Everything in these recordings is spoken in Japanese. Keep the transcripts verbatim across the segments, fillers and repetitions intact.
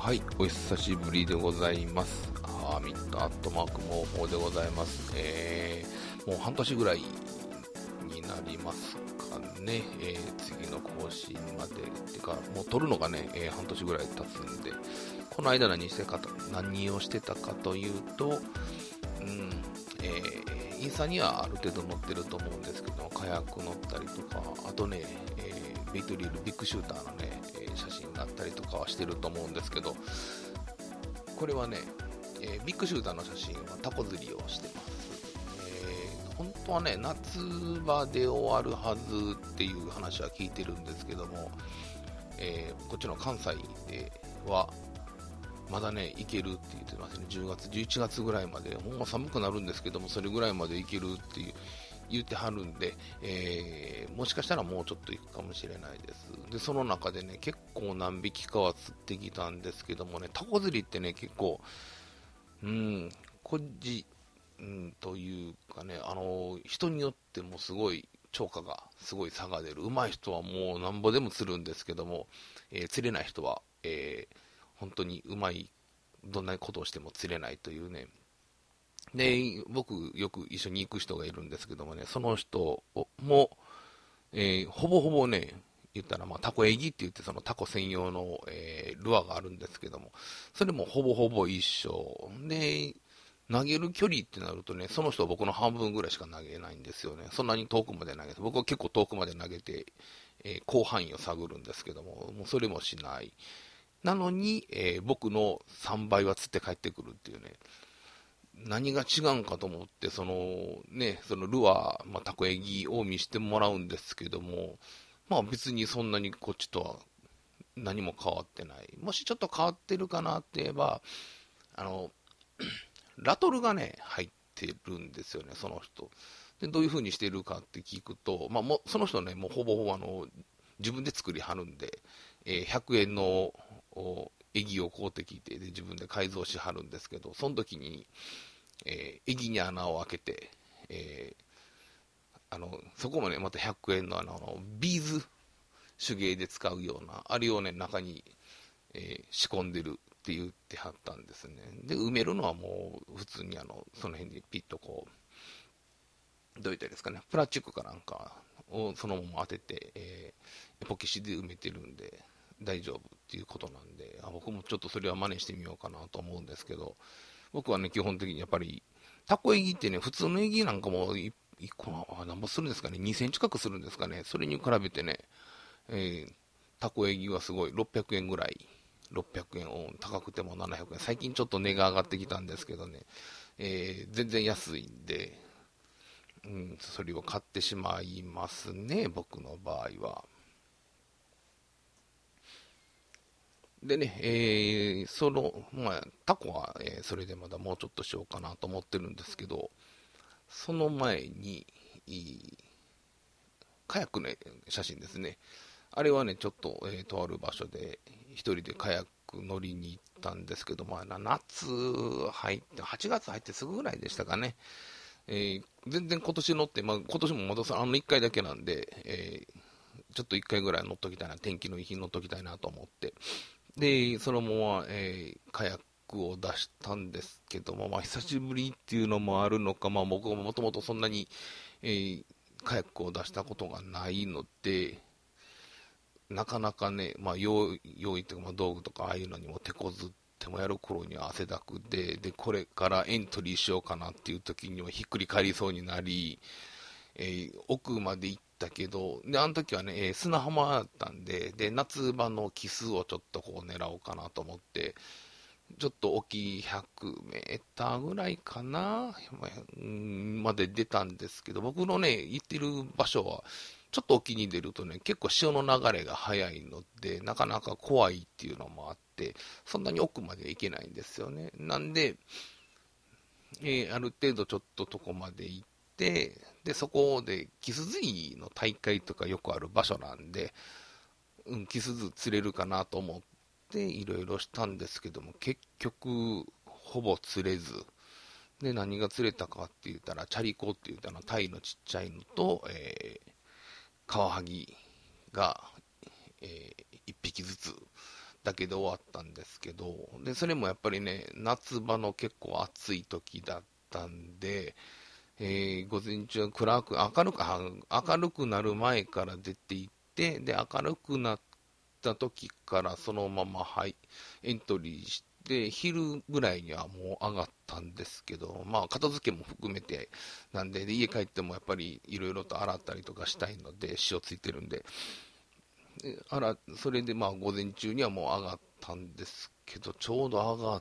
はい、お久しぶりでございます。ハーミットアットマークモーモーでございます。えー、もう半年ぐらいになりますかね。えー、次の更新までってか、もう撮るのがね、えー、半年ぐらい経つんで、この間何してか何をしてたかというと、うん、えー、インスタにはある程度載ってると思うんですけど、カヤック乗ったりとか、あとね、えー、ベイトリールビッグシューターのね、えー写真があったりとかはしてると思うんですけど、これはね、えービッグシューターの写真はタコ釣りをしてます。えー本当はね、夏場で終わるはずっていう話は聞いてるんですけども、えーこっちの関西ではまだね、行けるって言ってますね。じゅうがつ、じゅういちがつぐらいまで、ほんま寒くなるんですけども、それぐらいまで行けるっていう言ってはるんで、えーもしかしたらもうちょっと行くかもしれないです。で、その中でね、結構何匹かは釣ってきたんですけどもね、タコ釣りってね、結構、うん、こじ、うん、というかね、あの、人によってもすごい、釣果がすごい差が出る。上手い人はもうなんぼでも釣るんですけども、えー釣れない人は、えー本当に上手い、どんなことをしても釣れないというね。で、僕よく一緒に行く人がいるんですけどもね、その人も、えーほぼほぼね、言ったら、まあ、タコエギって言って、そのタコ専用の、えールアーがあるんですけども、それもほぼほぼ一緒。で、投げる距離ってなるとね、その人は僕の半分ぐらいしか投げないんですよね。そんなに遠くまで投げて、僕は結構遠くまで投げて、えー広範囲を探るんですけども、もうそれもしない。なのに、えー僕のさんばいは釣って帰ってくるっていうね、何が違うんかと思って、そのね、そのルアー、まあ、タコエギを見してもらうんですけども、まあ別にそんなにこっちとは何も変わってない。もしちょっと変わってるかなって言えば、あの、ラトルがね、入ってるんですよね、その人。で、どういう風にしてるかって聞くと、まあもう、その人ね、もうほぼほぼあの、自分で作りはるんで、えーひゃくえんのおエギを買うてきて、で、自分で改造しはるんですけど、その時に、えー、エギに穴を開けて、えーあの、そこもね、またひゃくえんのあの、ビーズ手芸で使うような、あれをね、中に、えー仕込んでるって言ってはったんですね。で、埋めるのはもう、普通にあの、その辺にピッとこう、どういったらいいですかね、プラスチックかなんかをそのまま当てて、えーエポキシで埋めてるんで、大丈夫っていうことなんで、あ僕もちょっとそれは真似してみようかなと思うんですけど、僕はね、基本的にやっぱり、タコエギってね、普通のエギなんかもいいっこな、あ何本するんですかね、にセンチ近くするんですかね、それに比べてね、えータコエギはすごい、ろっぴゃくえんぐらい、ろっぴゃくえんを高くてもななひゃくえん、最近ちょっと値が上がってきたんですけどね、えー全然安いんで、うん、それを買ってしまいますね、僕の場合は。でね、えーその、まあ、タコは、えーそれでまだもうちょっとしようかなと思ってるんですけど、その前に、いいカヤックの写真ですね。あれはね、ちょっと、えーとある場所で、一人でカヤック乗りに行ったんですけど、まあ、な夏入って、はちがつ入ってすぐぐらいでしたかね。えー全然今年乗って、まあ、今年もまだそあのいっかいだけなんで、えーちょっといっかいぐらい乗っときたいな、天気のいい日に乗っときたいなと思って、で、そのまま、えーカヤックを出したんですけども、まあ、久しぶりっていうのもあるのか、まあ、僕ももともとそんなに、えーカヤックを出したことがないので、なかなかね、まあ、用意、用意というか、まあ、道具とか、ああいうのにも手こずってもやる頃には汗だくで、で、これからエントリーしようかなっていう時にはひっくり返りそうになり、えー奥まで行ったけど、で、あの時はね、えー砂浜だったんで、で、夏場のキスをちょっとこう狙おうかなと思って、ちょっと大きいひゃくメーターぐらいかな、まあうんまで出たんですけど、僕のね、行ってる場所は、ちょっと沖に出るとね、結構潮の流れが速いので、なかなか怖いっていうのもあって、そんなに奥まで行けないんですよね。なんで、えーある程度ちょっととこまで行って、で、そこでキス釣りの大会とかよくある場所なんで、うん、キスズ釣れるかなと思っていろいろしたんですけども、結局、ほぼ釣れず、で、何が釣れたかって言ったら、チャリコって言ったら、タイのちっちゃいのと、えーカワハギが、えー、いっぴきずつだけで終わったんですけど、で、それもやっぱりね、夏場の結構暑い時だったんで、えー午前中は暗く、明るく、あ明るくなる前から出て行って、で、明るくなった時からそのまま、はい、エントリーして、昼ぐらいにはもう上がったんですけど、まあ、片付けも含めて、なんで、で家帰ってもやっぱりいろいろと洗ったりとかしたいので、塩ついてるんで、であら、それでまあ、午前中にはもう上がったんですけど、ちょうど上がって、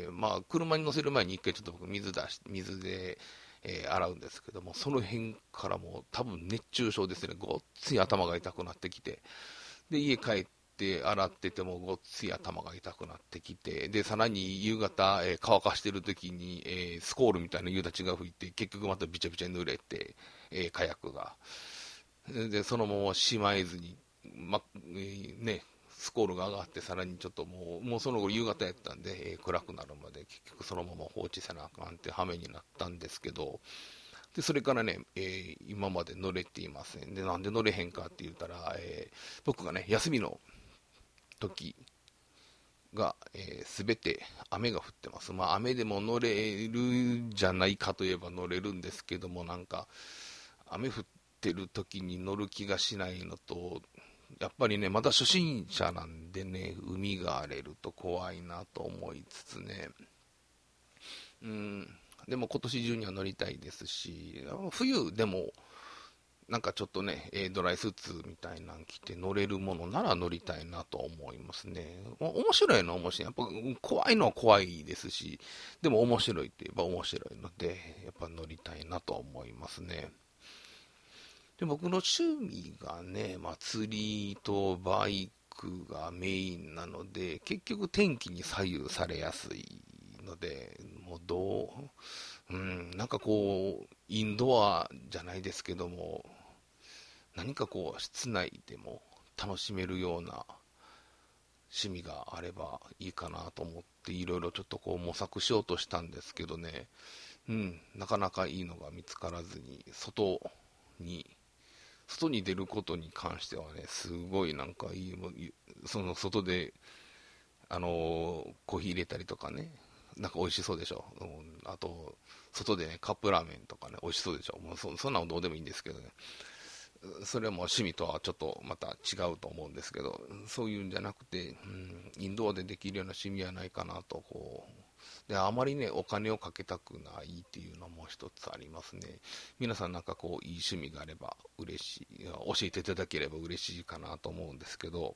まあ、車に乗せる前に一回ちょっと僕水出し、水で、えー洗うんですけども、その辺からもう多分熱中症ですね、ごっつい頭が痛くなってきて、で、家帰って洗っててもごっつい頭が痛くなってきて、で、さらに夕方、えー乾かしてる時に、えースコールみたいな夕立が吹いて、結局またびちゃびちゃに濡れて、えー火薬が。で、そのまましまえずに、ま、えーね、スコールが上がって、さらにちょっともう、もうその後夕方やったんで、えー暗くなるまで結局そのまま放置せなあかんって羽目になったんですけど、で、それからね、えー今まで乗れていません。で、なんで乗れへんかって言ったら、えー僕がね、休みの時が、えー、全て雨が降ってます。まあ、雨でも乗れるじゃないかといえば乗れるんですけども、なんか、雨降ってる時に乗る気がしないのと、やっぱりね、まだ初心者なんでね、海が荒れると怖いなと思いつつね、うん、でも今年中には乗りたいですし、冬でも、なんかちょっとね、えードライスーツみたいなの着て乗れるものなら乗りたいなと思いますね。お面白いのは面白い。やっぱうん怖いのは怖いですし、でも面白いって言えば面白いので、やっぱ乗りたいなと思いますね。で、僕の趣味がね、まあ、釣りとバイクがメインなので、結局天気に左右されやすいので、もうどう、うん、なんかこう、インドアじゃないですけども、何かこう、室内でも楽しめるような趣味があればいいかなと思って、いろいろちょっとこう模索しようとしたんですけどね、うん、なかなかいいのが見つからずに、外に外に出ることに関してはね、すごいなんかいい、その外で、あのーコーヒー入れたりとかね、なんか美味しそうでしょ。うん、あと、外でね、カップラーメンとかね、美味しそうでしょ。もうそそんなのどうでもいいんですけどね。それはもう趣味とはちょっとまた違うと思うんですけど、そういうんじゃなくて、うん、インドアでできるような趣味はないかなと、こう、で、あまりね、お金をかけたくないっていうのも一つありますね。皆さんなんかこう、いい趣味があれば嬉しい、教えていただければ嬉しいかなと思うんですけど、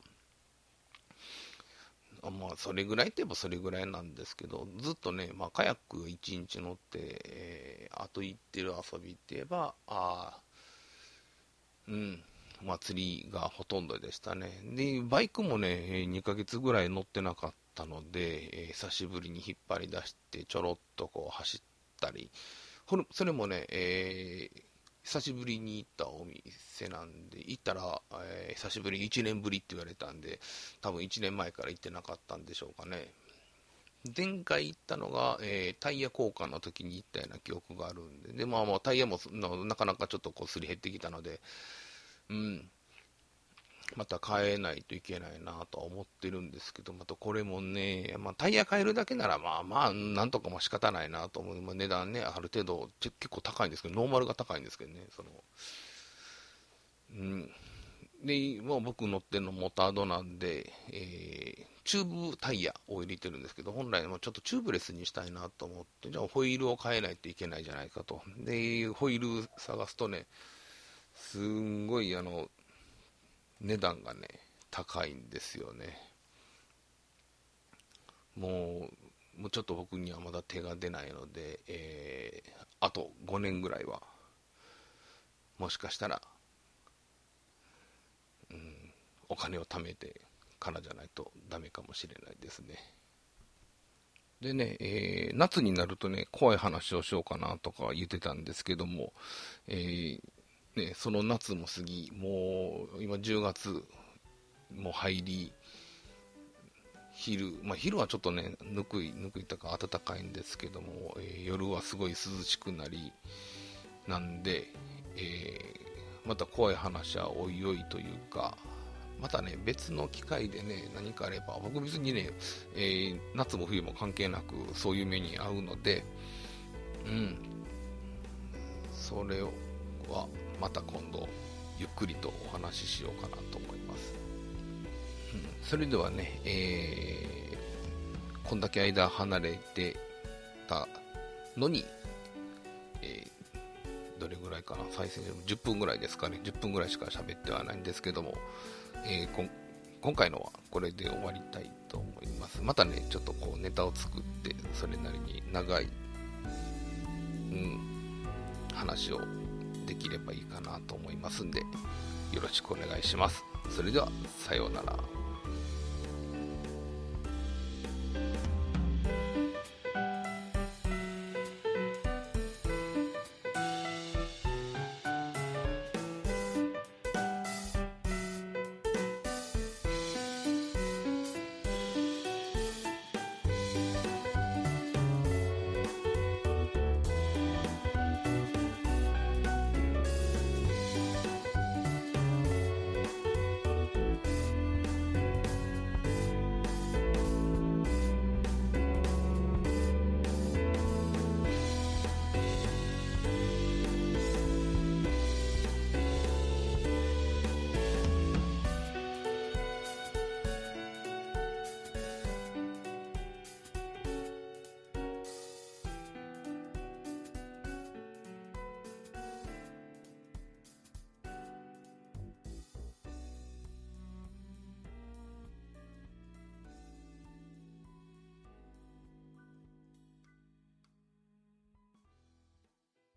あまあ、それぐらいって言えばそれぐらいなんですけど、ずっとね、まあ、カヤックいちにち乗って、えーあと行ってる遊びって言えば、あうん、まあ、釣りがほとんどでしたね。で、バイクもね、にかげつぐらい乗ってなかったので、えー久しぶりに引っ張り出してちょろっとこう走ったり、ほれそれもね、えー久しぶりに行ったお店なんで、行ったら、えー久しぶり、いちねんぶりって言われたんで、多分いちねんまえから行ってなかったんでしょうかね。前回行ったのが、えータイヤ交換の時に行ったような記憶があるんで、で、まあもうタイヤものなかなかちょっとこうすり減ってきたので、うん、また変えないといけないなとは思ってるんですけど、またこれもね、まあ、タイヤ変えるだけならまあまあ、なんとかも仕方ないなと思う。まあ、値段ね、ある程度、ち結構高いんですけど、ノーマルが高いんですけどね、その、うん。で、もう僕乗ってるのモタードなんで、えーチューブタイヤを入れてるんですけど、本来もちょっとチューブレスにしたいなと思って、じゃあホイールを変えないといけないじゃないかと。で、ホイール探すとね、すんごいあの、値段がね、高いんですよね。もう、もうちょっと僕にはまだ手が出ないので、えーあとごねんぐらいは、もしかしたら、うん、お金を貯めてからじゃないとダメかもしれないですね。でね、えー夏になるとね、怖い話をしようかなとか言ってたんですけども、えーね、その夏も過ぎ、もう今じゅうがつも入り、昼、まあ、昼はちょっとね、ぬくい、ぬくいとか暖かいんですけども、えー夜はすごい涼しくなり、なんで、えーまた怖い話はおいおいというか、 またね、別の機会でね、何かあれば、僕別にね、えー夏も冬も関係なく、そういう目に遭うので、うん、それはまた今度、ゆっくりとお話ししようかなと思います。うん、それではね、えー、こんだけ間離れてたのに、えー、どれぐらいかな、再生じゅっぷんぐらいですかね、じゅっぷんぐらいしか喋ってはないんですけども、えー、こん今回のはこれで終わりたいと思います。またね、ちょっとこうネタを作って、それなりに長い、うん、話をできればいいかなと思いますんで、よろしくお願いします。それでは、さようなら。